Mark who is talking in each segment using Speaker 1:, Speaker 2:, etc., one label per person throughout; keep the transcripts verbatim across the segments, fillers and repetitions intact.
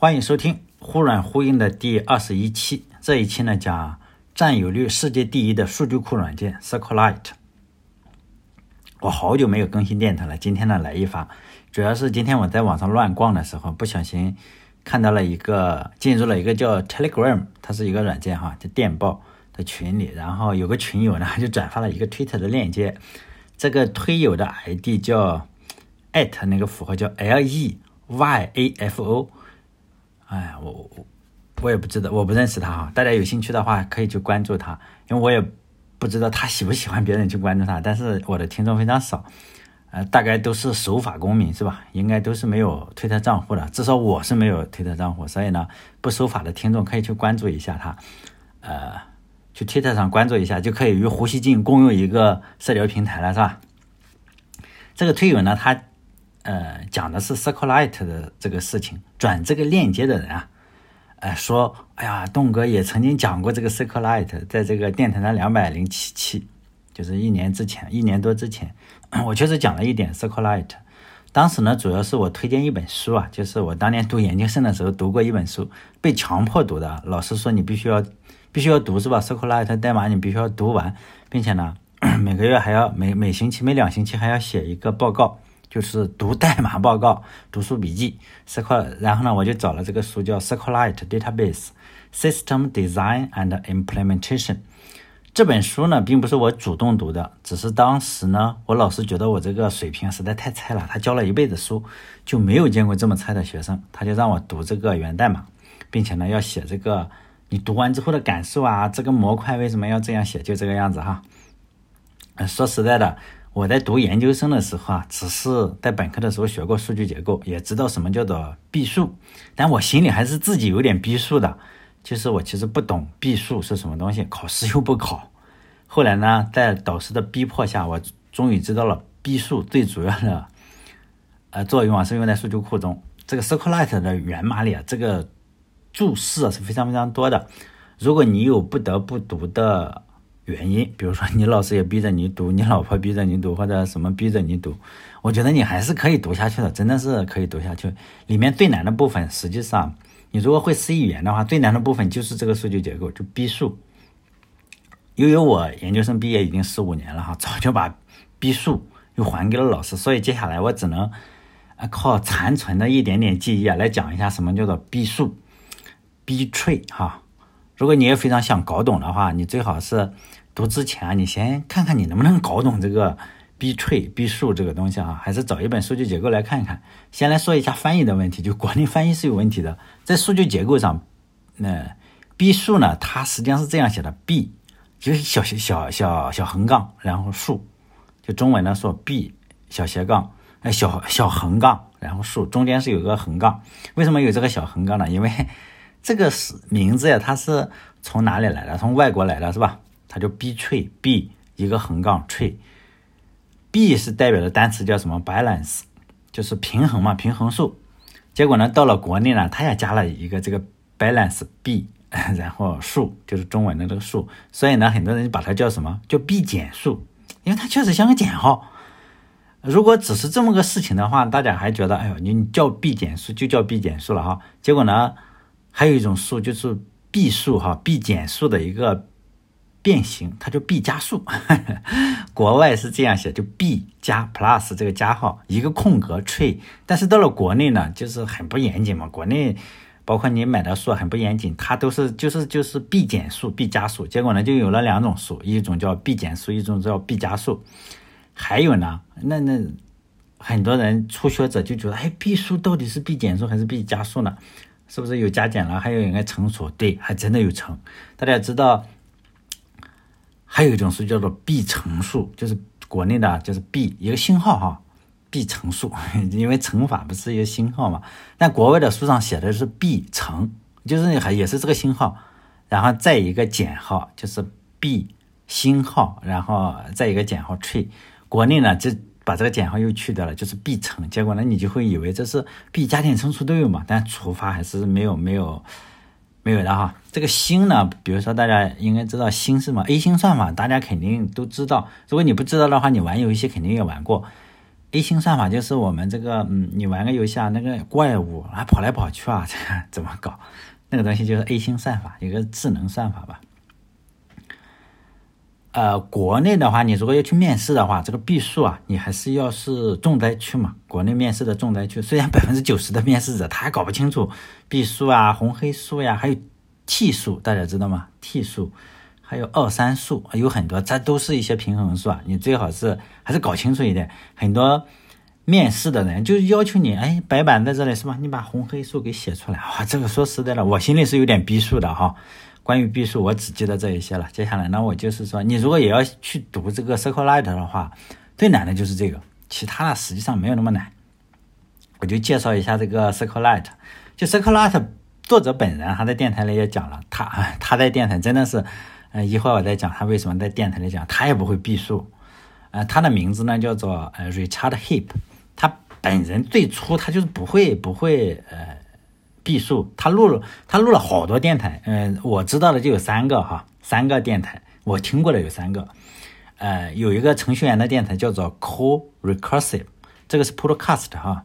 Speaker 1: 欢迎收听忽软忽硬的第二十一期。这一期呢讲占有率世界第一的数据库软件 SQLite。我好久没有更新电台了，今天呢来一发。主要是今天我在网上乱逛的时候，不小心看到了一个进入了一个叫 Telegram， 它是一个软件哈，就电报的群里，然后有个群友呢就转发了一个 Twitter 的链接，这个推友的 I D 叫 at 那个符号叫 L E Y A F O。哎，我我我也不知道，我不认识他哈。大家有兴趣的话可以去关注他，因为我也不知道他喜不喜欢别人去关注他。但是我的听众非常少，呃，大概都是守法公民是吧？应该都是没有推特账户的，至少我是没有推特账户，所以呢，不守法的听众可以去关注一下他，呃，去推特上关注一下，就可以与胡锡进共用一个社交平台了是吧？这个推友呢，他。呃，讲的是 SQLite 的这个事情，转这个链接的人啊，呃，说，哎呀，栋哥也曾经讲过这个 SQLite， 在这个电台的两百零七期，就是一年之前，一年多之前，我确实讲了一点 SQLite。当时呢，主要是我推荐一本书啊，就是我当年读研究生的时候读过一本书，被强迫读的，老师说你必须要必须要读是吧 ？SQLite 代码你必须要读完，并且呢，每个月还要每每星期每两星期还要写一个报告。就是读代码报告、读书笔记 ，SQL， 然后呢，我就找了这个书叫《SQLite Database System Design and Implementation》。这本书呢，并不是我主动读的，只是当时呢，我老师觉得我这个水平实在太菜了，他教了一辈子书，就没有见过这么菜的学生，他就让我读这个源代码，并且呢，要写这个你读完之后的感受啊，这个模块为什么要这样写，就这个样子哈。呃、说实在的。我在读研究生的时候啊，只是在本科的时候学过数据结构，也知道什么叫做毕数，但我心里还是自己有点逼数的，就是我其实不懂毕数是什么东西，考试又不考。后来呢，在导师的逼迫下，我终于知道了毕数最主要的呃作用啊，是用在数据库中。这个 SQLite 的源码里啊，这个注释啊是非常非常多的。如果你有不得不读的原因，比如说你老师也逼着你读，你老婆逼着你读，或者什么逼着你读，我觉得你还是可以读下去的，真的是可以读下去。里面最难的部分，实际上你如果会 C 语言的话，最难的部分就是这个数据结构，就毕数。由于我研究生毕业已经十五年了哈，早就把毕数又还给了老师，所以接下来我只能靠残存的一点点记忆啊来讲一下什么叫做毕数、毕 tree 哈。如果你也非常想搞懂的话，你最好是读之前啊，你先看看你能不能搞懂这个毕 tree 毕数这个东西啊，还是找一本数据结构来看看。先来说一下翻译的问题，就国内翻译是有问题的。在数据结构上，那毕数呢，它实际上是这样写的，毕就是小小小小横杠，然后数，就中文呢说毕小斜杠，小小横杠，然后数，中间是有个横杠。为什么有这个小横杠呢？因为这个名字呀，它是从哪里来的？从外国来的是吧？它就 B tree B 一个横杠 tree B 是代表的单词叫什么 balance， 就是平衡嘛，平衡数。结果呢，到了国内呢，它也加了一个这个 balance B， 然后数就是中文的这个数，所以呢，很多人把它叫什么？叫 B 减数，因为它确实像个减号。如果只是这么个事情的话，大家还觉得哎呦，你叫 B 减数就叫 B 减数了哈。结果呢？还有一种数就是毕数哈，毕减数的一个变形，它叫毕加数。国外是这样写，就毕加 plus 这个加号一个空格 tree， 但是到了国内呢，就是很不严谨嘛。国内包括你买的数很不严谨，它都是就是就是毕减数、毕加数。结果呢，就有了两种数，一种叫毕减数，一种叫毕加数。还有呢，那那很多人初学者就觉得，哎，毕数到底是毕减数还是毕加数呢？是不是有加减了？还有应该乘除？对，还真的有乘。大家知道，还有一种数叫做毕乘数，就是国内的，就是毕一个星号哈，毕乘数，因为乘法不是一个星号嘛。但国外的书上写的是毕乘，就是还也是这个星号，然后再一个减号，就是毕星号，然后再一个减号 tree。国内呢，就把这个减号又去掉了，就是毕乘。结果呢，你就会以为这是毕加减乘除都有嘛，但除法还是没有没有没有的哈。这个星呢，比如说大家应该知道星是什么 A 星算法，大家肯定都知道。如果你不知道的话，你玩游戏肯定也玩过。 A 星算法就是我们这个，嗯，你玩个游戏啊，那个怪物啊跑来跑去啊，这个怎么搞？那个东西就是 A 星算法，一个智能算法吧。呃，国内的话，你如果要去面试的话，这个必数啊，你还是要是重灾区嘛。国内面试的重灾区，虽然百分之九十的面试者他还搞不清楚必数啊、红黑数呀，还有 T 数，大家知道吗 ？T 数，还有二三数，有很多，这都是一些平衡数啊。你最好是还是搞清楚一点。很多面试的人就要求你，哎，白板在这里是吧？你把红黑数给写出来。哇，这个说实在的，我心里是有点逼数的哈。关于必数我只记得这一些了，接下来呢，我就是说你如果也要去读这个 SQLite 的话，最难的就是这个，其他的实际上没有那么难。我就介绍一下这个 SQLite。就 SQLite 作者本人他在电台里也讲了，他他在电台真的是呃一会儿我再讲他为什么在电台里讲他也不会必数。呃他的名字呢叫做呃 Richard Heap， 他本人最初他就是不会不会呃必数，他录了他录了好多电台，嗯、呃，我知道的就有三个哈，三个电台我听过的有三个，呃，有一个程序员的电台叫做 Co Recursive， 这个是 Podcast 哈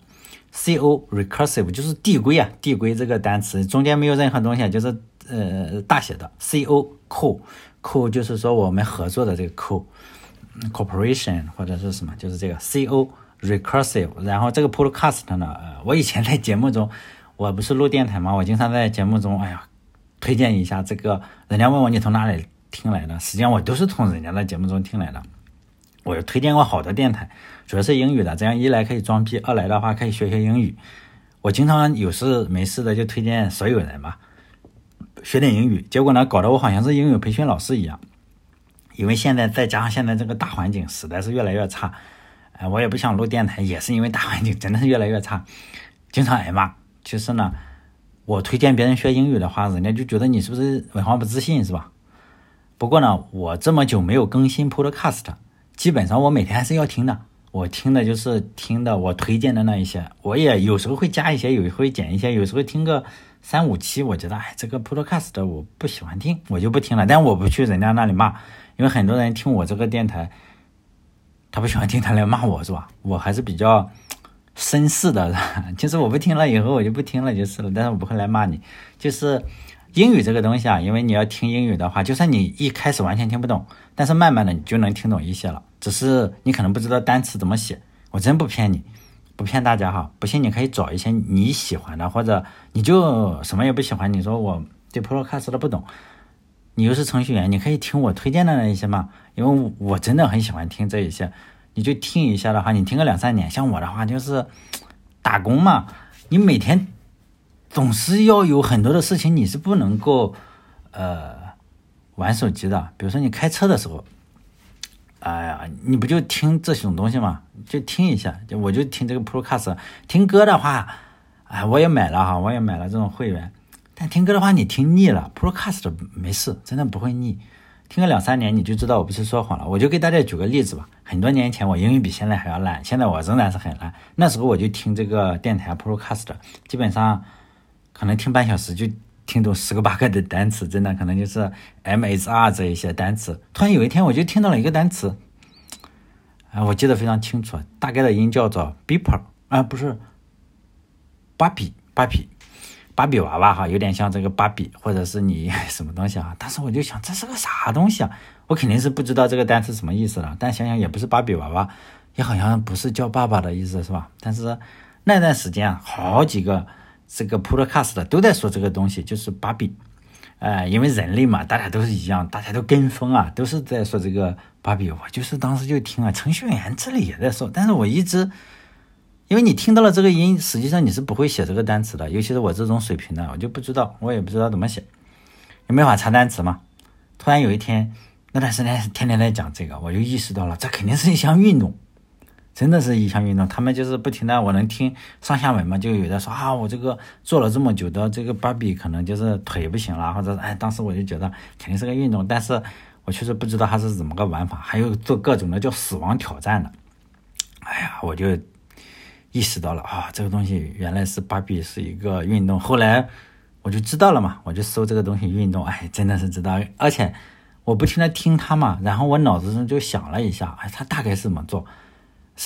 Speaker 1: ，Co Recursive 就是递归啊，递归这个单词中间没有任何东西，就是呃大写的 Co Co Co 就是说我们合作的这个 Co Corporation 或者是什么，就是这个 Co Recursive， 然后这个 Podcast 呢，呃，我以前在节目中。我不是录电台吗？我经常在节目中，哎呀，推荐一下这个。人家问我你从哪里听来的，实际上我都是从人家的节目中听来的。我有推荐过好多电台，主要是英语的，这样一来可以装逼，二来的话可以学学英语。我经常有事没事的就推荐所有人吧，学点英语。结果呢，搞得我好像是英语培训老师一样。因为现在再加上现在这个大环境实在是越来越差，哎，我也不想录电台，也是因为大环境真的是越来越差，经常挨骂。其实呢，我推荐别人学英语的话，人家就觉得你是不是文化不自信是吧？不过呢，我这么久没有更新 Podcast， 基本上我每天还是要听的。我听的就是听的我推荐的那一些，我也有时候会加一些，有时候会减一些，有时候听个三五期，我觉得哎，这个 Podcast 我不喜欢听，我就不听了。但我不去人家那里骂，因为很多人听我这个电台，他不喜欢听，他来骂我是吧？我还是比较绅士的，就是我不听了以后我就不听了就是了，但是我不会来骂你。就是英语这个东西啊，因为你要听英语的话，就算你一开始完全听不懂，但是慢慢的你就能听懂一些了，只是你可能不知道单词怎么写。我真不骗你，不骗大家哈，不信你可以找一些你喜欢的，或者你就什么也不喜欢，你说我对 Podcast 都不懂，你又是程序员，你可以听我推荐的那一些嘛，因为我真的很喜欢听这一些。你就听一下的话，你听个两三年，像我的话就是打工嘛，你每天总是要有很多的事情，你是不能够呃玩手机的。比如说你开车的时候，哎呀，你不就听这种东西嘛，就听一下。就我就听这个 Podcast， 听歌的话，哎，我也买了哈，我也买了这种会员。但听歌的话，你听腻了 ，Podcast 没事，真的不会腻。听个两三年你就知道我不是说谎了。我就给大家举个例子吧，很多年前我英语比现在还要烂，现在我仍然是很烂。那时候我就听这个电台 Podcast， 基本上可能听半小时就听懂十个八个的单词，真的可能就是 M H R 这一些单词。突然有一天我就听到了一个单词，啊，我记得非常清楚，大概的音叫做 beeper 啊，不是芭比芭比芭比娃娃哈，有点像这个芭比，或者是你什么东西啊？但是我就想，这是个啥东西啊？我肯定是不知道这个单词什么意思了。但想想也不是芭比娃娃，也好像不是叫爸爸的意思，是吧？但是那段时间啊，好几个这个 podcast 都在说这个东西，就是芭比。呃，因为人类嘛，大家都是一样，大家都跟风啊，都是在说这个芭比。我就是当时就听啊，程序员这里也在说，但是我一直。因为你听到了这个音，实际上你是不会写这个单词的，尤其是我这种水平的，我就不知道，我也不知道怎么写，也没法查单词嘛。突然有一天，那段时间天天在讲这个，我就意识到了，这肯定是一项运动，真的是一项运动。他们就是不停的，我能听上下文嘛，就有的说啊，我这个做了这么久的这个芭比，可能就是腿不行了，或者哎，当时我就觉得肯定是个运动，但是我确实不知道它是怎么个玩法，还有做各种的叫死亡挑战的。哎呀，我就。意识到了啊，这个东西原来是芭比是一个运动，后来我就知道了嘛，我就搜这个东西运动，哎，真的是知道，而且我不停的听它嘛，然后我脑子中就想了一下，哎，它大概是怎么做，是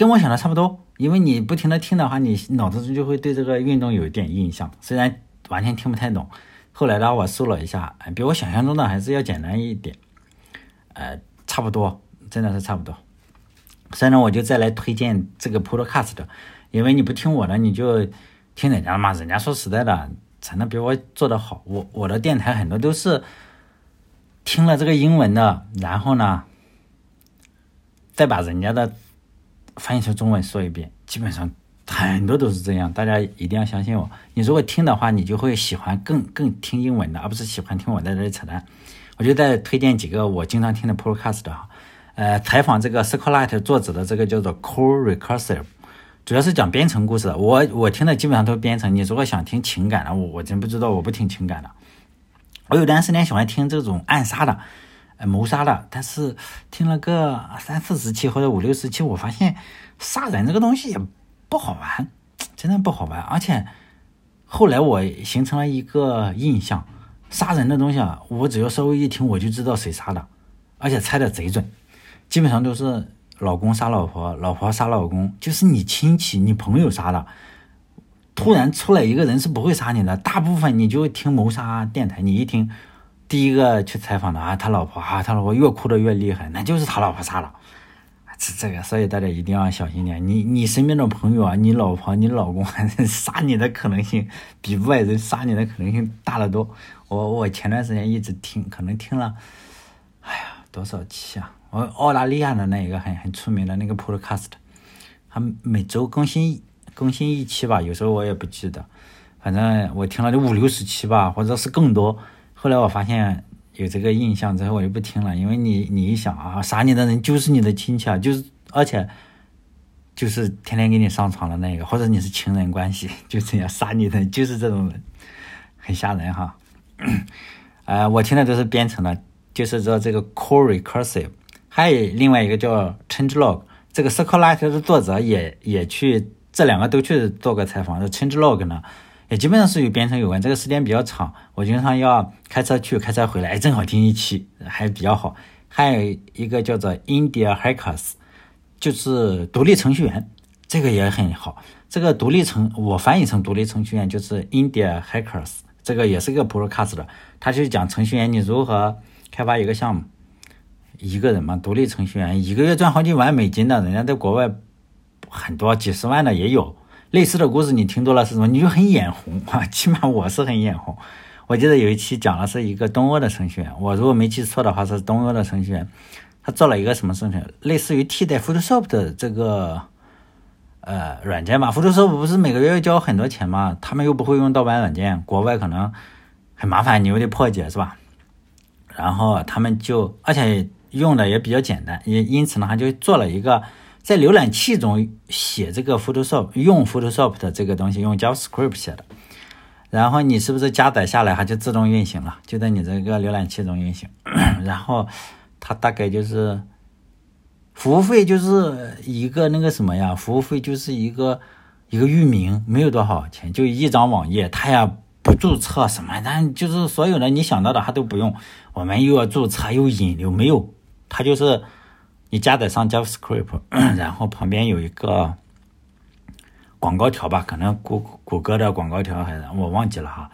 Speaker 1: 跟我想的差不多，因为你不停的听的话，你脑子中就会对这个运动有一点印象，虽然完全听不太懂。后来呢，我搜了一下，比我想象中的还是要简单一点，呃，差不多，真的是差不多。所以呢，我就再来推荐这个 podcast， 因为你不听我的，你就听人家的嘛。人家说实在的，才能比我做得好。我我的电台很多都是听了这个英文的，然后呢，再把人家的翻译成中文说一遍，基本上很多都是这样。大家一定要相信我。你如果听的话，你就会喜欢更更听英文的，而不是喜欢听我在这里扯淡。我就再推荐几个我经常听的 podcast 哈。呃，采访这个 SQLite 作者的这个叫做 Core Recursive， 主要是讲编程故事的。我我听的基本上都是编程。你如果想听情感的，我我真不知道，我不听情感的。我有段时间喜欢听这种暗杀的、呃、谋杀的，但是听了个三四十期或者五六十期，我发现杀人这个东西也不好玩，真的不好玩。而且后来我形成了一个印象，杀人的东西啊，我只要稍微一听我就知道谁杀的，而且猜的贼准。基本上都是老公杀老婆，老婆杀老公，就是你亲戚你朋友杀的。突然出来一个人是不会杀你的，大部分你就听谋杀电台，你一听第一个去采访的啊，他老婆啊，他老婆越哭得越厉害，那就是他老婆杀了。这这个，所以大家一定要小心点。你你身边的朋友啊，你老婆你老公杀你的可能性比外人杀你的可能性大得多。我我前段时间一直听，可能听了，哎呀，多少期啊？我澳大利亚的那一个很很出名的那个 podcast， 他每周更新更新一期吧，有时候我也不记得，反正我听了就五六十期吧，或者是更多。后来我发现有这个印象之后，我就不听了，因为你你一想啊，杀你的人就是你的亲戚啊，就是而且就是天天给你上床的那个，或者你是情人关系，就这样杀你的人就是这种人，很吓人哈。呃，我听的都是编程的，就是说这个 Core Recursive。还有另外一个叫 Changelog， 这个 SQLite 的作者也也去这两个都去做个采访。这 Changelog 呢，也基本上是与编程有关。这个时间比较长，我经常要开车去，开车回来，正好听一期，还比较好。还有一个叫做 India Hackers， 就是独立程序员，这个也很好。这个独立程我翻译成独立程序员就是 India Hackers， 这个也是一个 podcast 的，他就讲程序员你如何开发一个项目。一个人嘛，独立程序员一个月赚好几万美金的，人家在国外很多几十万的也有。类似的故事你听多了是什么？你就很眼红啊！起码我是很眼红。我记得有一期讲的是一个东欧的程序员，我如果没记错的话是东欧的程序员，他做了一个什么事情，类似于替代 Photoshop 的这个呃软件嘛。Photoshop 不是每个月要交很多钱嘛，他们又不会用盗版软件，国外可能很麻烦，你又得破解是吧？然后他们就而且用的也比较简单，也因此呢，他就做了一个在浏览器中写这个 Photoshop， 用 Photoshop 的这个东西，用 JavaScript 写的。然后你是不是加载下来，它就自动运行了，就在你这个浏览器中运行。然后它大概就是服务费就是一个那个什么呀，服务费就是一个一个域名，没有多少钱，就一张网页，它呀不注册什么，但就是所有的你想到的它都不用。我们又要注册又引流，没有，它就是你加载上 JavaScript， 然后旁边有一个广告条吧，可能谷谷歌的广告条还是我忘记了哈。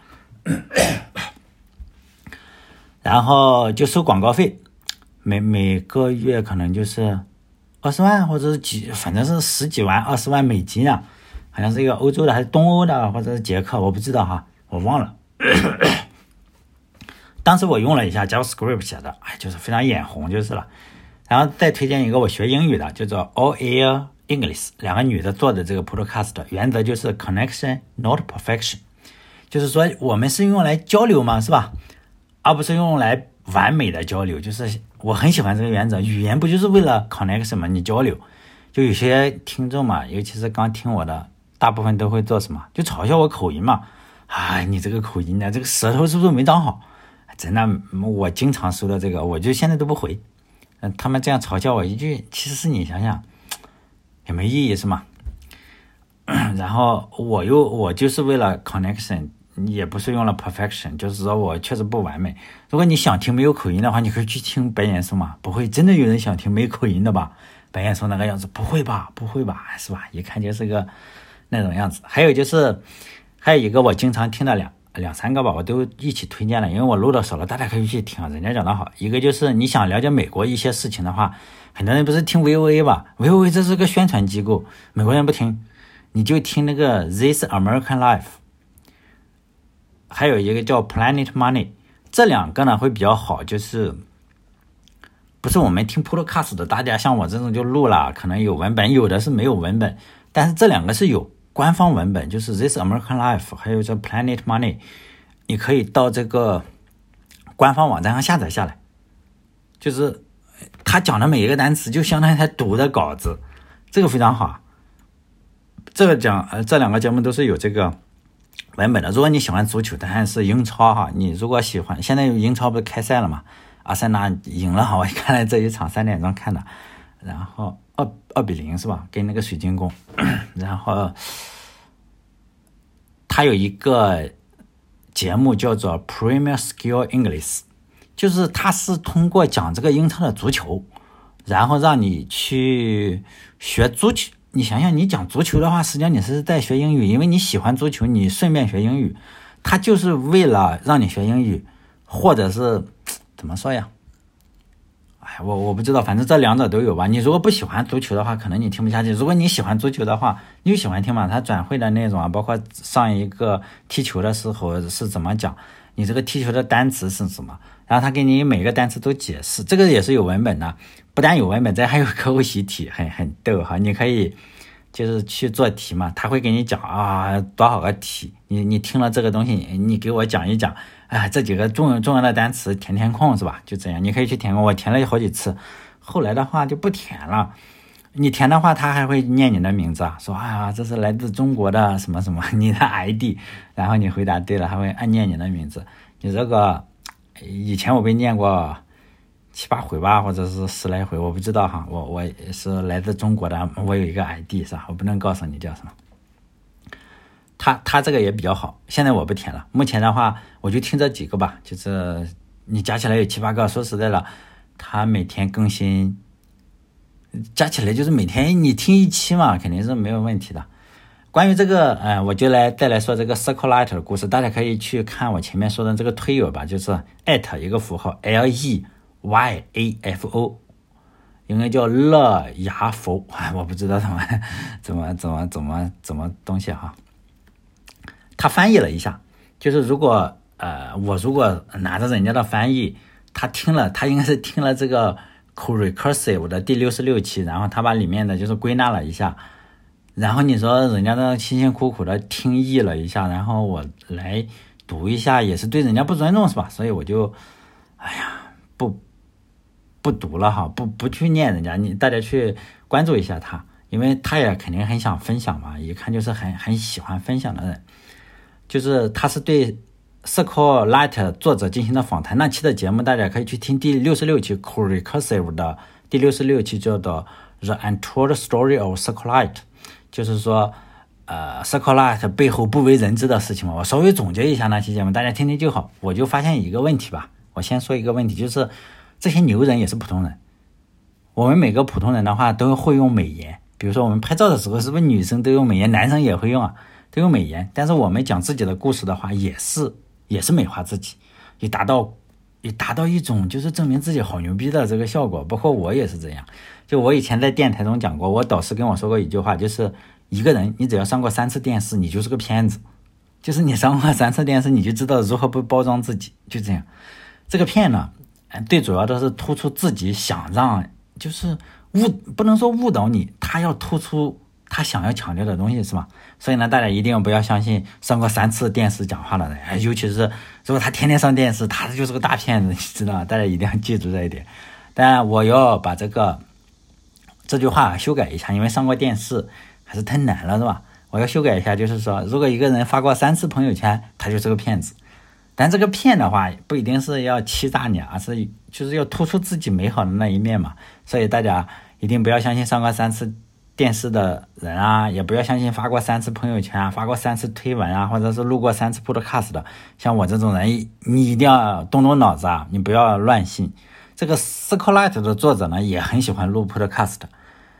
Speaker 1: 然后就收广告费，每每个月可能就是二十万或者是几，反正是十几万、二十万美金啊，好像是一个欧洲的还是东欧的或者是捷克，我不知道哈，我忘了。当时我用了一下 JavaScript 写的，哎，就是非常眼红就是了。然后再推荐一个我学英语的，叫做 All Air English， 两个女的做的这个 podcast， 原则就是 connection not perfection， 就是说我们是用来交流嘛，是吧？而不是用来完美的交流。就是我很喜欢这个原则，语言不就是为了 connection 嘛，你交流。就有些听众嘛，尤其是刚听我的，大部分都会做什么？就嘲笑我口音嘛。哎，你这个口音呢，这个舌头是不是没长好？真的，我经常收到这个，我就现在都不回。嗯，他们这样嘲笑我一句，其实是你想想也没意义是吗？然后我又我就是为了 connection， 也不是用了 perfection， 就是说我确实不完美。如果你想听没有口音的话，你可以去听白岩松嘛，不会真的有人想听没口音的吧？白白岩松那个样子，不会吧，不会吧，是吧？一看就是个那种样子。还有就是，还有一个我经常听的两两三个吧，我都一起推荐了，因为我录的少了，大家可以去听，人家讲的好。一个就是你想了解美国一些事情的话，很多人不是听 V O A 吧 ？V O A 这是个宣传机构，美国人不听，你就听那个 This American Life， 还有一个叫 Planet Money， 这两个呢会比较好，就是不是我们听 podcast 的，大家像我这种就录了，可能有文本，有的是没有文本，但是这两个是有官方文本，就是 This American Life 还有这 Planet Money， 你可以到这个官方网站上下载下来，就是他讲的每一个单词就相当于他读的稿子，这个非常好。这个讲呃这两个节目都是有这个文本的。如果你喜欢足球，当然是英超哈，你如果喜欢，现在英超不是开赛了嘛，阿森纳赢了哈，我看了这一场三点钟看的，然后二二比零是吧？跟那个水晶宫，然后他有一个节目叫做 Premier Skill English， 就是他是通过讲这个英超的足球，然后让你去学足球。你想想，你讲足球的话，实际上你是在学英语，因为你喜欢足球，你顺便学英语，他就是为了让你学英语，或者是怎么说呀？哎，我我不知道，反正这两者都有吧。你如果不喜欢足球的话，可能你听不下去；如果你喜欢足球的话，你就喜欢听嘛。他转会的内容啊，包括上一个踢球的时候是怎么讲，你这个踢球的单词是什么，然后他给你每个单词都解释，这个也是有文本的。不但有文本，这还有个偶习题，很很逗哈。你可以就是去做题嘛，他会给你讲啊多少个题，你你听了这个东西，你给我讲一讲，哎，这几个重重要的单词填填空是吧？就这样，你可以去填空，我填了好几次，后来的话就不填了。你填的话，他还会念你的名字啊，说啊这是来自中国的什么什么，你的 I D， 然后你回答对了，还会按念你的名字。你这个以前我被念过七八回吧，或者是十来回，我不知道哈。我我是来自中国的，我有一个 I D 是吧？我不能告诉你叫什么。他他这个也比较好，现在我不填了。目前的话，我就听这几个吧，就是你加起来有七八个。说实在了，他每天更新，加起来就是每天你听一期嘛，肯定是没有问题的。关于这个，呃，我就来再来说这个 Circlite 的故事，大家可以去看我前面说的这个推友吧，就是 at 一个符号 L E Y A F O， 应该叫乐雅佛，我不知道怎么怎么怎么怎么怎么东西哈。他翻译了一下，就是如果呃我如果拿着人家的翻译，他听了，他应该是听了这个 Co-Recursive 的第六十六期，然后他把里面的就是归纳了一下，然后你说人家的辛辛苦苦的听译了一下，然后我来读一下，也是对人家不尊重是吧？所以我就哎呀不。不读了哈，不不去念人家，你大家去关注一下他，因为他也肯定很想分享嘛，一看就是很很喜欢分享的人。就是他是对 Circlite 作者进行的访谈，那期的节目大家可以去听第六十六期 Co-Recursive 的第六十六期，叫做 The Untold Story of Circlite， 就是说呃 Circlite 背后不为人知的事情嘛。我稍微总结一下那期节目，大家听听就好。我就发现一个问题吧，我先说一个问题，就是这些牛人也是普通人，我们每个普通人的话都会用美颜，比如说我们拍照的时候，是不是女生都用美颜，男生也会用啊，都用美颜。但是我们讲自己的故事的话，也是也是美化自己，也达到也达到一种就是证明自己好牛逼的这个效果。包括我也是这样，就我以前在电台中讲过，我导师跟我说过一句话，就是一个人你只要上过三次电视，你就是个骗子，就是你上过三次电视，你就知道如何不包装自己，就这样。这个骗呢，最主要的是突出自己想让，就是误不能说误导你，他要突出他想要强调的东西，是吧？所以呢，大家一定不要相信上过三次电视讲话的人，尤其是如果他天天上电视，他就是个大骗子，你知道？大家一定要记住这一点。当然，我要把这个这句话修改一下，因为上过电视还是太难了，是吧？我要修改一下，就是说，如果一个人发过三次朋友圈，他就是个骗子。但这个骗的话不一定是要欺诈你，而是就是要突出自己美好的那一面嘛。所以大家一定不要相信上过三次电视的人啊，也不要相信发过三次朋友圈啊，发过三次推文啊，或者是录过三次 podcast 的。像我这种人，你一定要动动脑子啊，你不要乱信。这个 Circlite 的作者呢，也很喜欢录 podcast，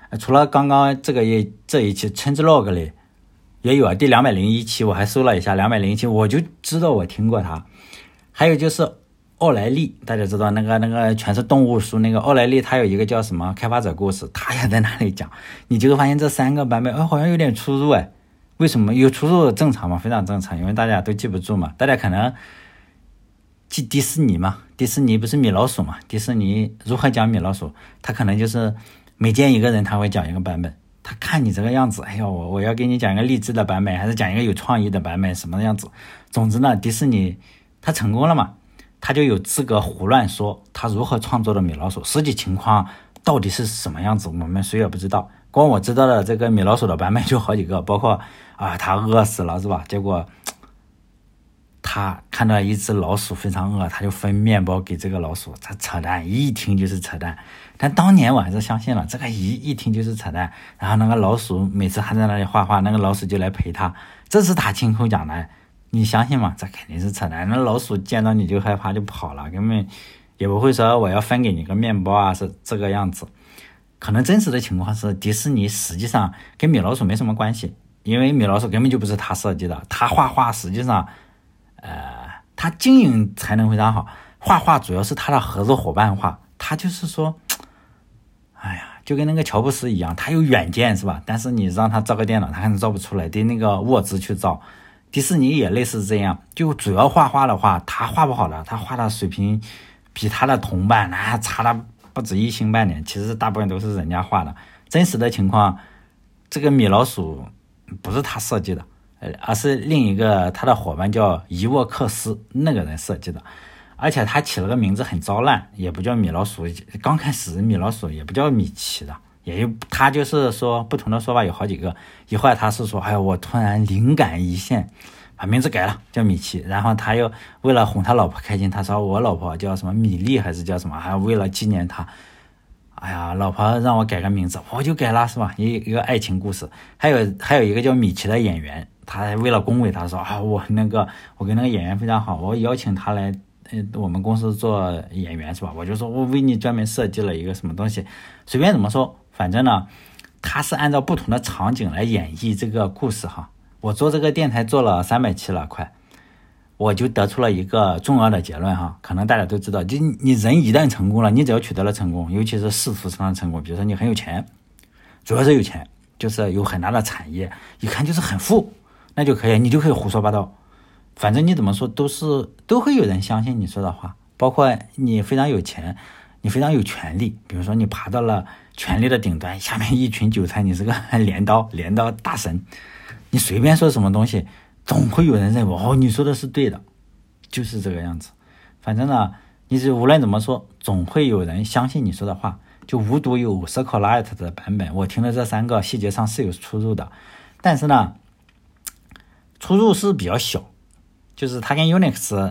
Speaker 1: 除了刚刚这个也这一期 changelog 里也有啊，第两百零一期我还搜了一下，两百零一期我就知道我听过它。还有就是奥莱利，大家知道那个那个全是动物书那个奥莱利，它有一个叫什么开发者故事，它也在那里讲。你就会发现这三个版本哦，好像有点出入哎。为什么有出入？正常嘛，非常正常，因为大家都记不住嘛。大家可能记迪士尼嘛，迪士尼不是米老鼠嘛？迪士尼如何讲米老鼠？他可能就是每见一个人他会讲一个版本。他看你这个样子，哎呦，我我要给你讲一个励志的版本，还是讲一个有创意的版本，什么样子？总之呢，迪士尼他成功了嘛，他就有资格胡乱说他如何创作的米老鼠，实际情况到底是什么样子，我们谁也不知道。光我知道的这个米老鼠的版本就好几个，包括啊，他饿死了是吧？结果他看到一只老鼠非常饿，他就分面包给这个老鼠，他扯淡，一听就是扯淡。但当年我还是相信了，这个一一听就是扯淡。然后那个老鼠每次还在那里画画，那个老鼠就来陪他，这是他亲口讲的，你相信吗？这肯定是扯淡。那老鼠见到你就害怕就跑了，根本也不会说我要分给你个面包啊，是这个样子。可能真实的情况是迪士尼实际上跟米老鼠没什么关系，因为米老鼠根本就不是他设计的，他画画实际上呃，他经营才能非常好，画画主要是他的合作伙伴画，他就是说哎呀，就跟那个乔布斯一样，他有远见是吧？但是你让他造个电脑他可能造不出来，得那个沃兹去造。迪士尼也类似这样，就主要画画的话他画不好的，他画的水平比他的同伴那差了不止一星半点，其实大部分都是人家画的。真实的情况，这个米老鼠不是他设计的，而是另一个他的伙伴叫伊沃克斯那个人设计的，而且他起了个名字很糟烂，也不叫米老鼠。刚开始米老鼠也不叫米奇的，也有他就是说不同的说法有好几个。一会儿他是说，哎呀，我突然灵感一现，把名字改了叫米奇。然后他又为了哄他老婆开心，他说我老婆叫什么米粒还是叫什么，还为了纪念他，哎呀，老婆让我改个名字，我就改了是吧？一一个爱情故事。还有还有一个叫米奇的演员，他为了恭维他说啊，我那个我跟那个演员非常好，我邀请他来呃我们公司做演员是吧？我就说我为你专门设计了一个什么东西，随便怎么说，反正呢他是按照不同的场景来演绎这个故事哈。我做这个电台做了三百期了快，我就得出了一个重要的结论哈，可能大家都知道，就你人一旦成功了，你只要取得了成功，尤其是仕途上的成功，比如说你很有钱，主要是有钱，就是有很大的产业，一看就是很富，那就可以，你就可以胡说八道，反正你怎么说都是都会有人相信你说的话。包括你非常有钱，你非常有权利，比如说你爬到了权力的顶端，下面一群韭菜，你是个镰刀镰刀大神，你随便说什么东西总会有人认为哦你说的是对的，就是这个样子。反正呢你是无论怎么说总会有人相信你说的话。就无独有 SQLite 的版本，我听的这三个细节上是有出入的，但是呢出入是比较小，就是它跟 Unix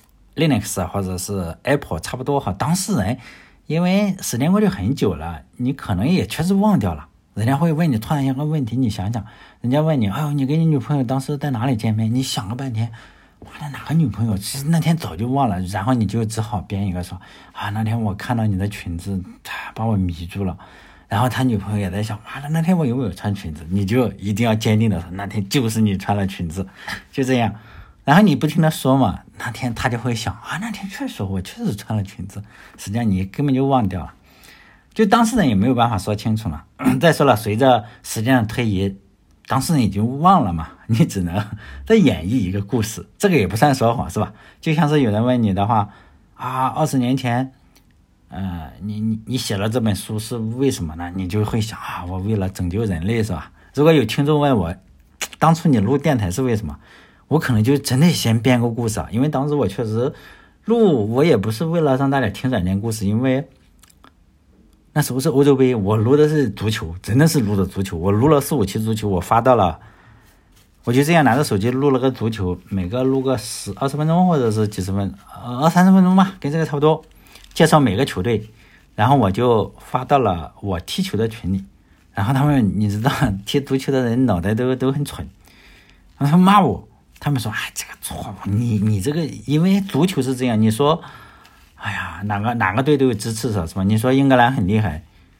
Speaker 1: Linux 或者是 Apple 差不多哈。当事人因为时间过去很久了，你可能也确实忘掉了，人家会问你突然一个问题，你想想，人家问你哎呦你跟你女朋友当时在哪里见面，你想了半天，妈的哪个女朋友，其实那天早就忘了，然后你就只好编一个说啊那天我看到你的裙子把我迷住了，然后他女朋友也在想妈的那天我有没有穿裙子，你就一定要坚定的说那天就是你穿了裙子，就这样。然后你不停的说嘛，那天他就会想啊那天确实我确实穿了裙子，实际上你根本就忘掉了，就当事人也没有办法说清楚了。再说了，随着时间的推移，当事人已经忘了嘛，你只能再演绎一个故事，这个也不算说谎是吧？就像是有人问你的话啊，二十年前呃，你你你写了这本书是为什么呢？你就会想啊，我为了拯救人类是吧？如果有听众问我当初你录电台是为什么，我可能就真的先编个故事啊，因为当时我确实录，我也不是为了让大家听软件故事，因为那时候是欧洲杯，我录的是足球，真的是录的足球，我录了四五期足球，我发到了，我就这样拿着手机录了个足球，每个录个十二十分钟或者是几十分呃二三十分钟吧，跟这个差不多，介绍每个球队，然后我就发到了我踢球的群里，然后他们你知道踢足球的人脑袋都都很蠢，然后他们骂我，他们说哎这个错误，你你这个因为足球是这样，你说哎呀哪个哪个队都有支持者是吧？你说英格兰很厉害，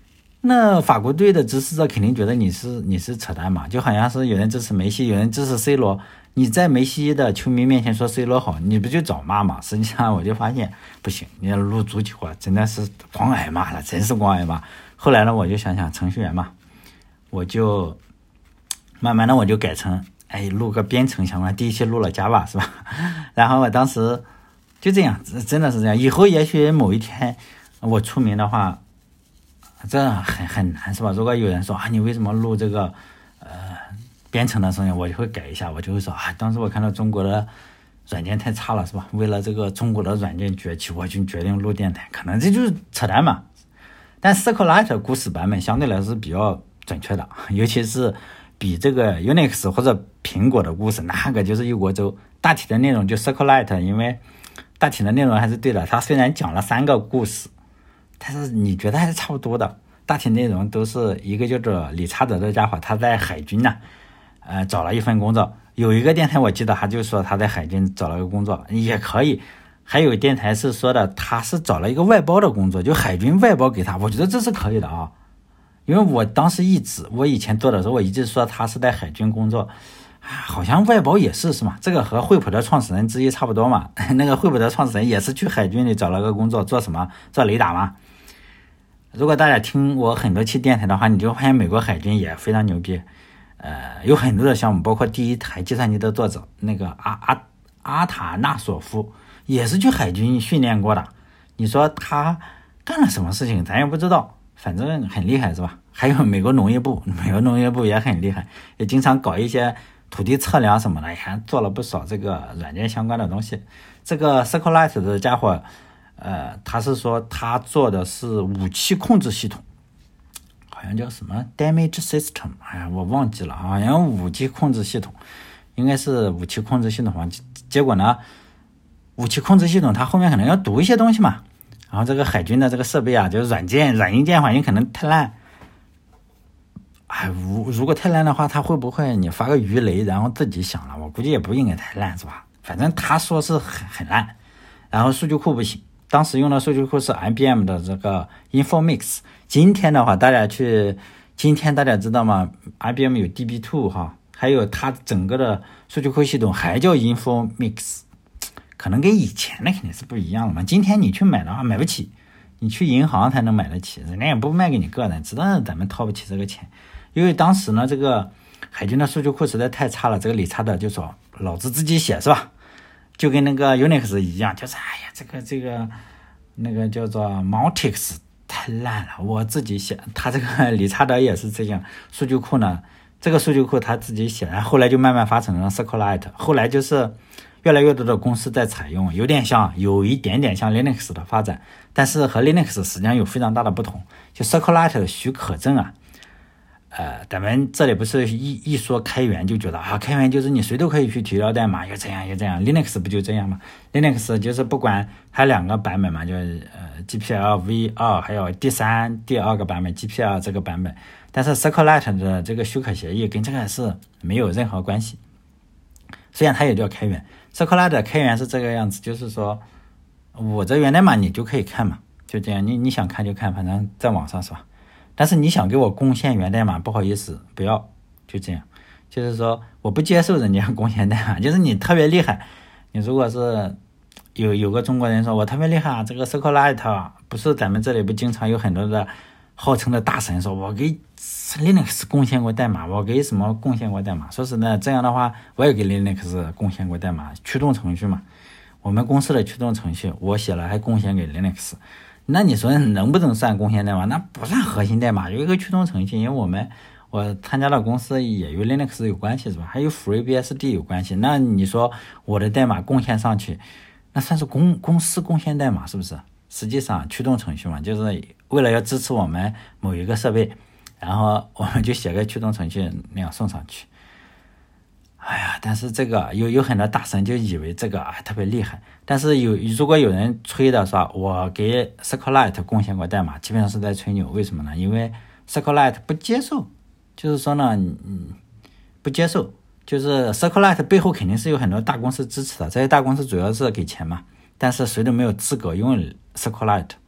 Speaker 1: 那法国队的支持者肯定觉得你是你是扯淡嘛，就好像是有人支持梅西，有人支持 C 罗，你在梅西的球迷面前说 C 罗好，你不就找骂嘛？实际上我就发现不行，你要录足球啊，真的是光挨骂了，真是光挨骂。后来呢，我就想想程序员嘛，我就慢慢的我就改成哎录个编程相关，第一期录了 Java 是吧？然后我当时就这样，真的是这样。以后也许某一天我出名的话，这很很难是吧？如果有人说啊，你为什么录这个呃编程的声音，我就会改一下，我就会说啊，当时我看到中国的软件太差了是吧？为了这个中国的软件崛起，我就决定录电台，可能这就是扯淡嘛。但 SQLite 故事版本相对来说是比较准确的，尤其是比这个 Unix 或者苹果的故事，那个就是一锅粥。大体的内容就 SQLite， 因为大体的内容还是对的，它虽然讲了三个故事，但是你觉得还是差不多的。大体内容都是一个叫做理查德的家伙，他在海军呢、啊，呃，找了一份工作。有一个电台我记得他就说他在海军找了个工作，也可以。还有电台是说的他是找了一个外包的工作，就海军外包给他，我觉得这是可以的啊。因为我当时一直我以前做的时候，我一直说他是在海军工作。好像外包也是是吗？这个和惠普的创始人之一差不多嘛。那个惠普的创始人也是去海军里找了个工作，做什么？做雷达嘛。如果大家听我很多期电台的话，你就发现美国海军也非常牛逼，呃，有很多的项目，包括第一台计算机的作者那个阿阿阿塔纳索夫也是去海军训练过的。你说他干了什么事情，咱也不知道，反正很厉害是吧？还有美国农业部，美国农业部也很厉害，也经常搞一些土地测量什么的，还做了不少这个软件相关的东西。这个 SQLite 的家伙，呃，他是说他做的是武器控制系统，好像叫什么 damage system， 哎呀，我忘记了，好像武器控制系统，应该是武器控制系统吧。结果呢，武器控制系统它后面可能要读一些东西嘛，然后这个海军的这个设备啊，就是软件软硬件环境可能太烂。哎，如如果太烂的话，他会不会你发个鱼雷，然后自己想了？我估计也不应该太烂，是吧？反正他说是很很烂，然后数据库不行。当时用的数据库是 I B M 的这个 Informix。今天的话，大家去，今天大家知道吗 ？I B M 有 D B 二 哈，还有它整个的数据库系统还叫 Informix， 可能跟以前的肯定是不一样的嘛。今天你去买的话，买不起，你去银行才能买得起，人家也不卖给你个人，知道咱们掏不起这个钱。因为当时呢，这个海军的数据库实在太差了，这个理查德就说老子自己写是吧？就跟那个 Unix 一样，就是哎呀，这个这个那个叫做 Multics 太烂了，我自己写。他这个理查德也是这样，数据库呢，这个数据库他自己写，然后后来就慢慢发展成了 SQLite， 后来就是越来越多的公司在采用，有点像，有一点点像 Linux 的发展，但是和 Linux 实际上有非常大的不同。就 SQLite 的许可证啊。呃，咱们这里不是一一说开源就觉得啊，开源就是你谁都可以去提交代码，又这样又这样。Linux 不就这样吗 ？Linux 就是不管它两个版本嘛，就是呃 G P L v 二，还有第三第二个版本 G P L 这个版本。但是 SQLite 的这个许可协议跟这个是没有任何关系。虽然它也叫开源 ，SQLite 的开源是这个样子，就是说我这源代码你就可以看嘛，就这样，你你想看就看，反正在网上是吧？但是你想给我贡献源代码，不好意思，不要，就这样。就是说，我不接受人家贡献代码。就是你特别厉害，你如果是有有个中国人说我特别厉害，这个 SQLite 不是咱们这里不经常有很多的号称的大神说，我给 Linux 贡献过代码，我给什么贡献过代码？说实在，这样的话，我也给 Linux 贡献过代码，驱动程序嘛。我们公司的驱动程序我写了，还贡献给 Linux。那你说能不能算贡献代码？那不算核心代码，有一个驱动程序，因为我们我参加的公司也与 Linux 有关系是吧？还有 FreeBSD 有关系。那你说我的代码贡献上去，那算是公公司贡献代码是不是？实际上驱动程序嘛，就是为了要支持我们某一个设备，然后我们就写个驱动程序那样送上去。哎呀，但是这个有有很多大神就以为这个啊特别厉害，但是有如果有人吹的说我给 SQLite 贡献过代码，基本上是在吹牛。为什么呢？因为 SQLite 不接受，就是说呢，嗯，不接受，就是 SQLite 背后肯定是有很多大公司支持的，这些大公司主要是给钱嘛，但是谁都没有资格用 SQLite。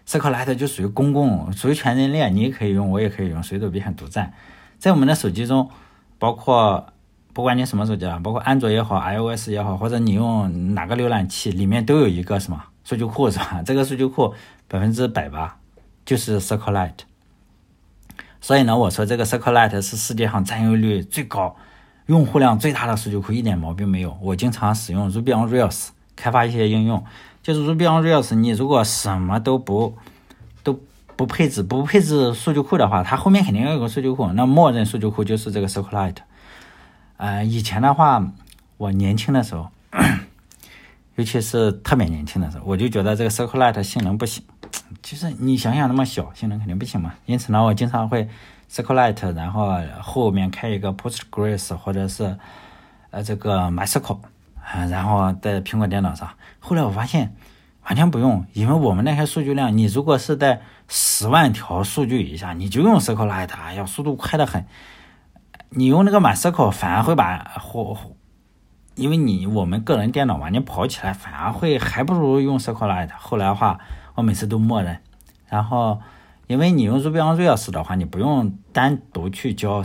Speaker 1: SQLite 就属于公共，属于全人类，你也可以用，我也可以用，谁都别想独占。在我们的手机中，包括不管你什么手机啊，包括安卓也好 iOS 也好，或者你用哪个浏览器，里面都有一个什么数据库是吧？这个数据库百分之百吧就是 SQLite。所以呢，我说这个 SQLite 是世界上占有率最高、用户量最大的数据库，一点毛病没有。我经常使用 Ruby on Rails 开发一些应用，就是 Ruby on Rails， 你如果什么都不都不配置不配置数据库的话，它后面肯定要有个数据库，那默认数据库就是这个 SQLite。呃，以前的话，我年轻的时候，尤其是特别年轻的时候，我就觉得这个 SQLite 性能不行。就是你想想那么小，性能肯定不行嘛。因此呢，我经常会 SQLite， 然后后面开一个 Postgres 或者是呃这个 MySQL， 啊，然后在苹果电脑上。后来我发现完全不用，因为我们那些数据量，你如果是在十万条数据以下，你就用 SQLite， 哎呀，速度快得很。你用那个 MySQL 反而会把或因为你我们个人电脑嘛，你跑起来反而会还不如用 SQLite。后来的话，我每次都默认。然后，因为你用 Ruby on Rails 的话，你不用单独去教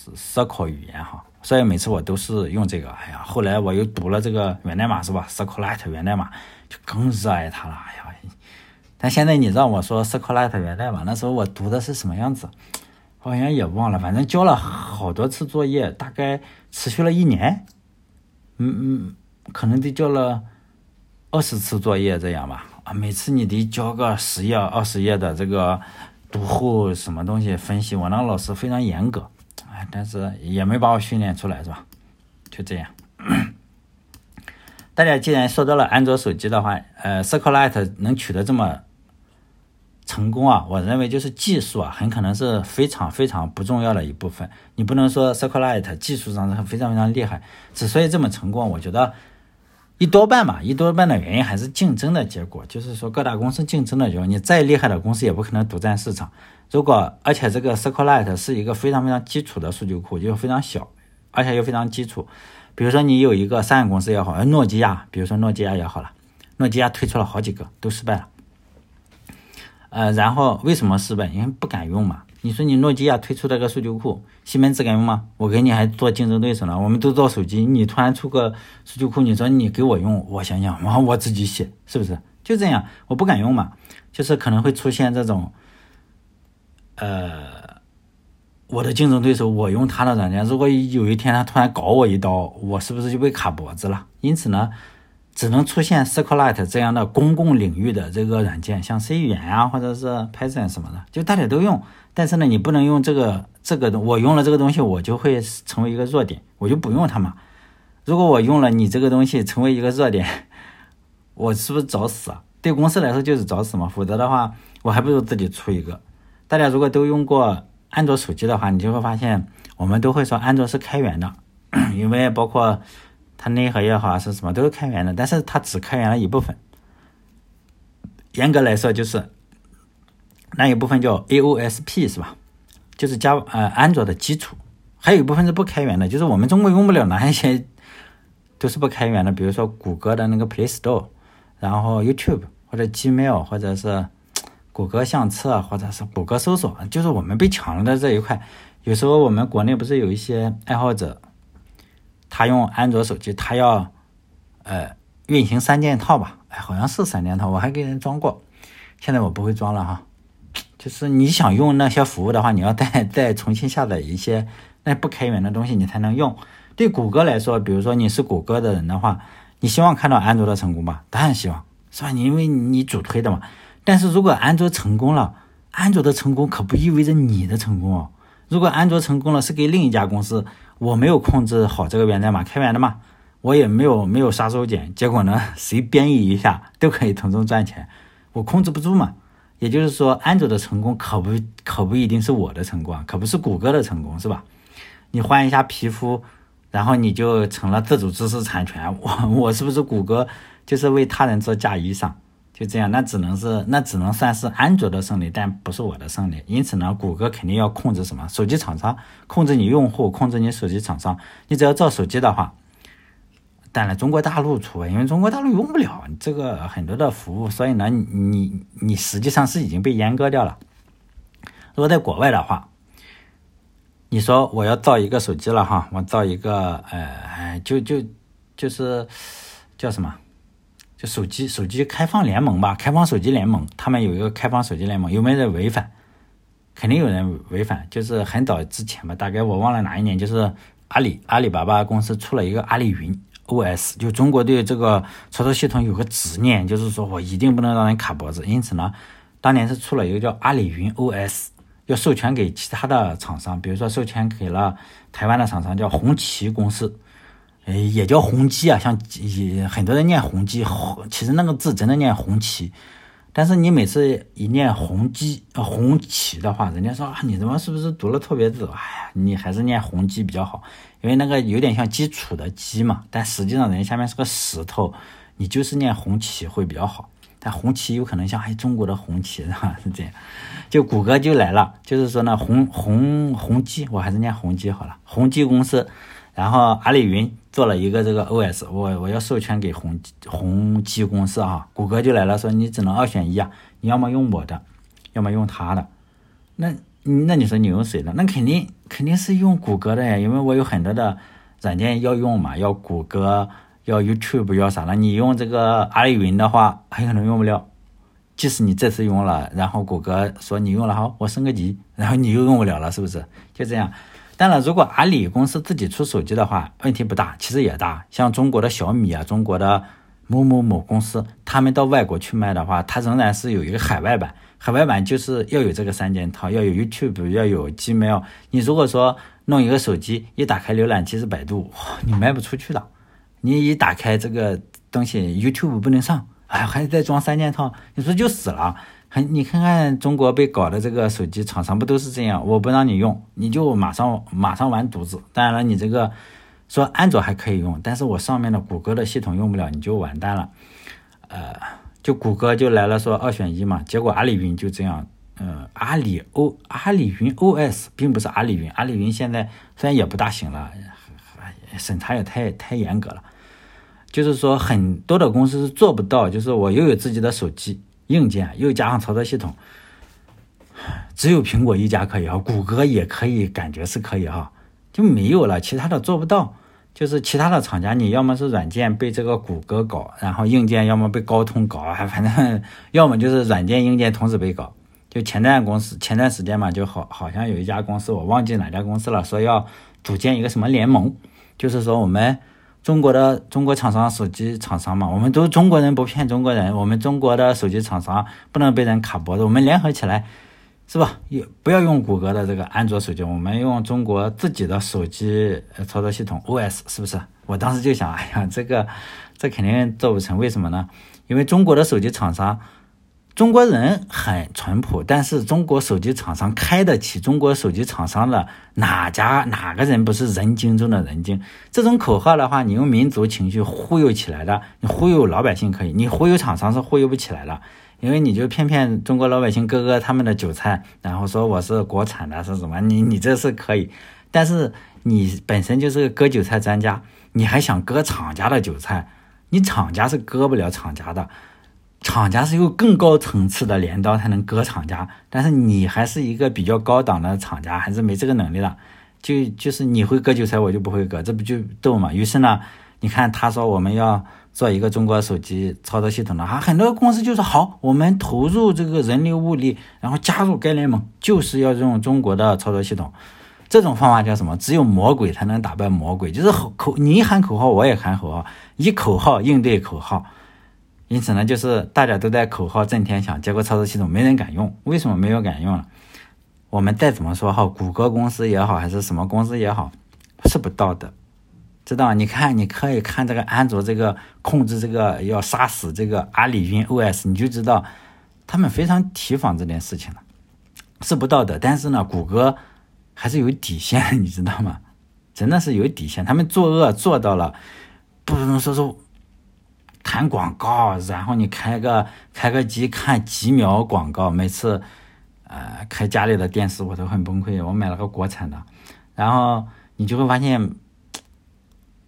Speaker 1: S Q L 语言哈，所以每次我都是用这个。哎呀，后来我又读了这个源代码是吧 ？SQLite 源代码就更热爱它了。哎呀，但现在你让我说 SQLite 源代码，那时候我读的是什么样子？好像也忘了，反正交了好多次作业，大概持续了一年。嗯嗯，可能得交了二十次作业这样吧。啊，每次你得交个十页、二十页的这个读后什么东西分析，我那老师非常严格，哎，但是也没把我训练出来，是吧？就这样。大家既然说到了安卓手机的话，呃 ，SQLite 能取得这么成功啊，我认为就是技术啊，很可能是非常非常不重要的一部分。你不能说 SQLite 技术上是非常非常厉害，之所以这么成功，我觉得一多半吧，一多半的原因还是竞争的结果。就是说各大公司竞争的结果，你再厉害的公司也不可能独占市场。如果而且这个 SQLite 是一个非常非常基础的数据库，就非常小，而且又非常基础。比如说你有一个三个公司也好，诺基亚，比如说诺基亚也好了，诺基亚推出了好几个都失败了。呃，然后为什么失败？因为不敢用嘛。你说你诺基亚推出了个数据库，西门子敢用吗？我给你还做竞争对手呢。我们都做手机，你突然出个数据库，你说你给我用，我想想，然后我自己写，是不是？就这样，我不敢用嘛。就是可能会出现这种，呃，我的竞争对手，我用他的软件，如果有一天他突然搞我一刀，我是不是就被卡脖子了？因此呢，只能出现 SQLite 这样的公共领域的这个软件，像 C 语言啊，或者是 Python 什么的，就大家都用。但是呢，你不能用这个这个我用了这个东西，我就会成为一个弱点，我就不用它嘛。如果我用了你这个东西成为一个弱点，我是不是找死啊？对公司来说就是找死嘛。否则的话，我还不如自己出一个。大家如果都用过安卓手机的话，你就会发现，我们都会说安卓是开源的，因为包括它内核也好是什么都是开源的，但是它只开源了一部分。严格来说就是那一部分叫 A O S P 是吧？就是加呃安卓的基础，还有一部分是不开源的，就是我们中国用不了哪一些都是不开源的，比如说谷歌的那个 Play Store， 然后 YouTube 或者 Gmail 或者是谷歌相册或者是谷歌搜索，就是我们被抢了的这一块。有时候我们国内不是有一些爱好者，他用安卓手机，他要呃运行三件套吧，哎，好像是三件套，我还给人装过，现在我不会装了哈。就是你想用那些服务的话，你要再再重新下载一些那不开源的东西，你才能用。对谷歌来说，比如说你是谷歌的人的话，你希望看到安卓的成功吧？当然希望，是吧？因为你主推的嘛。但是如果安卓成功了，安卓的成功可不意味着你的成功哦。如果安卓成功了，是给另一家公司，我没有控制好这个源代码，开源的嘛，我也没有没有杀手锏，结果呢，谁编译一下都可以从中赚钱，我控制不住嘛。也就是说，安卓的成功可不可不一定是我的成功，可不是谷歌的成功，是吧？你换一下皮肤，然后你就成了自主知识产权，我我是不是谷歌就是为他人做嫁衣裳？就这样，那只能是那只能算是安卓的胜利，但不是我的胜利。因此呢，谷歌肯定要控制什么？手机厂商控制你用户，控制你手机厂商。你只要造手机的话， 当然中国大陆除外，因为中国大陆用不了这个很多的服务，所以呢，你你实际上是已经被阉割掉了。如果在国外的话，你说我要造一个手机了哈，我造一个呃，就就就是叫什么？就手机手机开放联盟吧，开放手机联盟，他们有一个开放手机联盟，有没有人违反？肯定有人违反，就是很早之前吧，大概我忘了哪一年，就是阿里阿里巴巴公司出了一个阿里云 O S， 就中国对这个操作系统有个执念，就是说我一定不能让人卡脖子，因此呢，当年是出了一个叫阿里云 O S， 要授权给其他的厂商，比如说授权给了台湾的厂商叫红旗公司。也叫宏基啊，像很多人念宏基，其实那个字真的念红旗，但是你每次一念宏基、红旗的话，人家说啊，你怎么是不是读了错别字？哎呀，你还是念宏基比较好，因为那个有点像基础的基嘛，但实际上人家下面是个石头，你就是念红旗会比较好。但红旗有可能像哎中国的红旗是吧？是这样，就谷歌就来了，就是说呢，宏宏宏基，我还是念宏基好了，宏基公司。然后阿里云做了一个这个 O S， 我我要授权给宏宏基公司啊，谷歌就来了，说你只能二选一啊，你要么用我的，要么用他的。那那你说你用谁的？那肯定肯定是用谷歌的呀，因为我有很多的软件要用嘛，要谷歌，要 YouTube， 要啥了。你用这个阿里云的话，很可能用不了。即使你这次用了，然后谷歌说你用了好，我升个级，然后你又用不了了，是不是？就这样。当然，如果阿里公司自己出手机的话，问题不大，其实也大。像中国的小米啊，中国的某某某公司，他们到外国去卖的话，它仍然是有一个海外版。海外版就是要有这个三件套，要有 YouTube， 要有 Gmail。你如果说弄一个手机，一打开浏览器是百度，你卖不出去的。你一打开这个东西 YouTube 不能上，哎，还得再装三件套，你说就死了。很，你看看中国被搞的这个手机厂商不都是这样？我不让你用，你就马上马上完犊子。当然了，你这个说安卓还可以用，但是我上面的谷歌的系统用不了，你就完蛋了。呃，就谷歌就来了说二选一嘛，结果阿里云就这样。呃，阿里 O 阿里云 O S 并不是阿里云，阿里云现在虽然也不大行了，审查也太太严格了。就是说很多的公司是做不到，就是我又有自己的手机。硬件又加上操作系统，只有苹果一家可以哈，谷歌也可以，感觉是可以哈，就没有了，其他的做不到。就是其他的厂家，你要么是软件被这个谷歌搞，然后硬件要么被高通搞，反正要么就是软件硬件同时被搞。就前段公司前段时间嘛，就好好像有一家公司，我忘记哪家公司了，说要组建一个什么联盟，就是说我们。中国的中国厂商手机厂商嘛，我们都中国人不骗中国人，我们中国的手机厂商不能被人卡脖子，我们联合起来，是吧？也不要用谷歌的这个安卓手机，我们用中国自己的手机操作系统 O S， 是不是？我当时就想，哎呀，这个这肯定做不成，为什么呢？因为中国的手机厂商。中国人很淳朴，但是中国手机厂商开得起中国手机厂商的哪家哪个人不是人精中的人精？这种口号的话，你用民族情绪忽悠起来的，你忽悠老百姓可以，你忽悠厂商是忽悠不起来了，因为你就骗骗中国老百姓割割他们的韭菜，然后说我是国产的是什么？你你这是可以，但是你本身就是个割韭菜专家，你还想割厂家的韭菜，你厂家是割不了厂家的。厂家是有更高层次的镰刀才能割厂家，但是你还是一个比较高档的厂家，还是没这个能力的。就就是你会割韭菜，我就不会割，这不就斗嘛？于是呢，你看他说我们要做一个中国手机操作系统的啊，很多公司就说好，我们投入这个人力物力，然后加入该联盟，就是要用中国的操作系统。这种方法叫什么？只有魔鬼才能打败魔鬼，就是口你一喊口号，我也喊口号，以口号应对口号。因此呢，就是大家都在口号震天响，结果操作系统没人敢用。为什么没有敢用了？我们再怎么说哈，谷歌公司也好，还是什么公司也好，是不道德，知道？你看，你可以看这个安卓这个控制这个要杀死这个阿里云 O S， 你就知道他们非常提防这件事情了，是不道德。但是呢，谷歌还是有底线，你知道吗？真的是有底线，他们作恶做到了，不能说说。谈广告，然后你开个开个机看几秒广告，每次呃开家里的电视我都很崩溃，我买了个国产的，然后你就会发现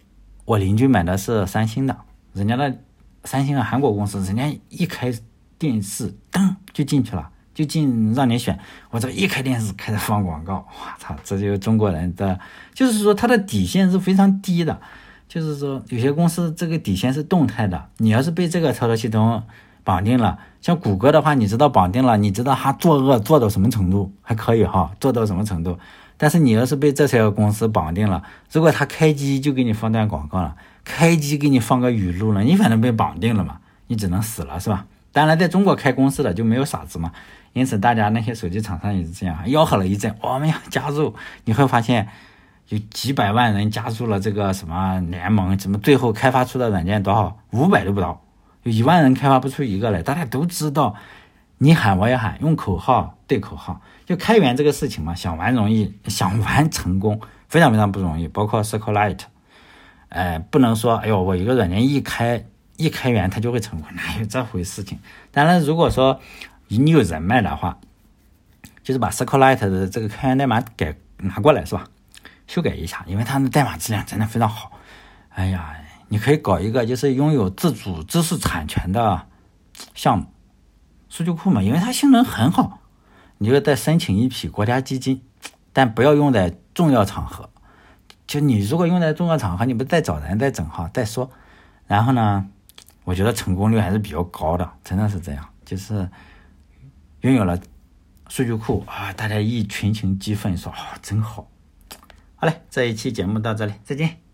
Speaker 1: 我邻居买的是三星的，人家的三星的韩国公司，人家一开电视噔就进去了，就进让你选。我这一开电视开始放广告，我操，这就是中国人的，就是说他的底线是非常低的。就是说有些公司这个底线是动态的，你要是被这个操作系统绑定了，像谷歌的话，你知道绑定了，你知道他作恶做到什么程度，还可以哈，做到什么程度。但是你要是被这些公司绑定了，如果他开机就给你放段广告了，开机给你放个语录了，你反正被绑定了嘛，你只能死了，是吧？当然在中国开公司的就没有傻子嘛，因此大家那些手机厂商也是这样，吆喝了一阵，我们要加入，你会发现有几百万人加入了这个什么联盟，什么最后开发出的软件多少，五百都不到，有一万人开发不出一个来。大家都知道，你喊我也喊，用口号对口号，就开源这个事情嘛，想玩容易，想玩成功非常非常不容易。包括 SQLite， 呃，不能说哎呦我一个软件一开一开源它就会成功，哪有这回事情？当然，如果说你有人脉的话，就是把 SQLite 的这个开源代码改拿过来，是吧？修改一下，因为它的代码质量真的非常好。哎呀，你可以搞一个就是拥有自主知识产权的项目数据库嘛，因为它性能很好，你就再申请一批国家基金，但不要用在重要场合。就你如果用在重要场合，你不再找人再整哈再说。然后呢，我觉得成功率还是比较高的，真的是这样，就是拥有了数据库啊，大家一群情激愤说啊、哦，真好。好嘞，这一期节目到这里，再见。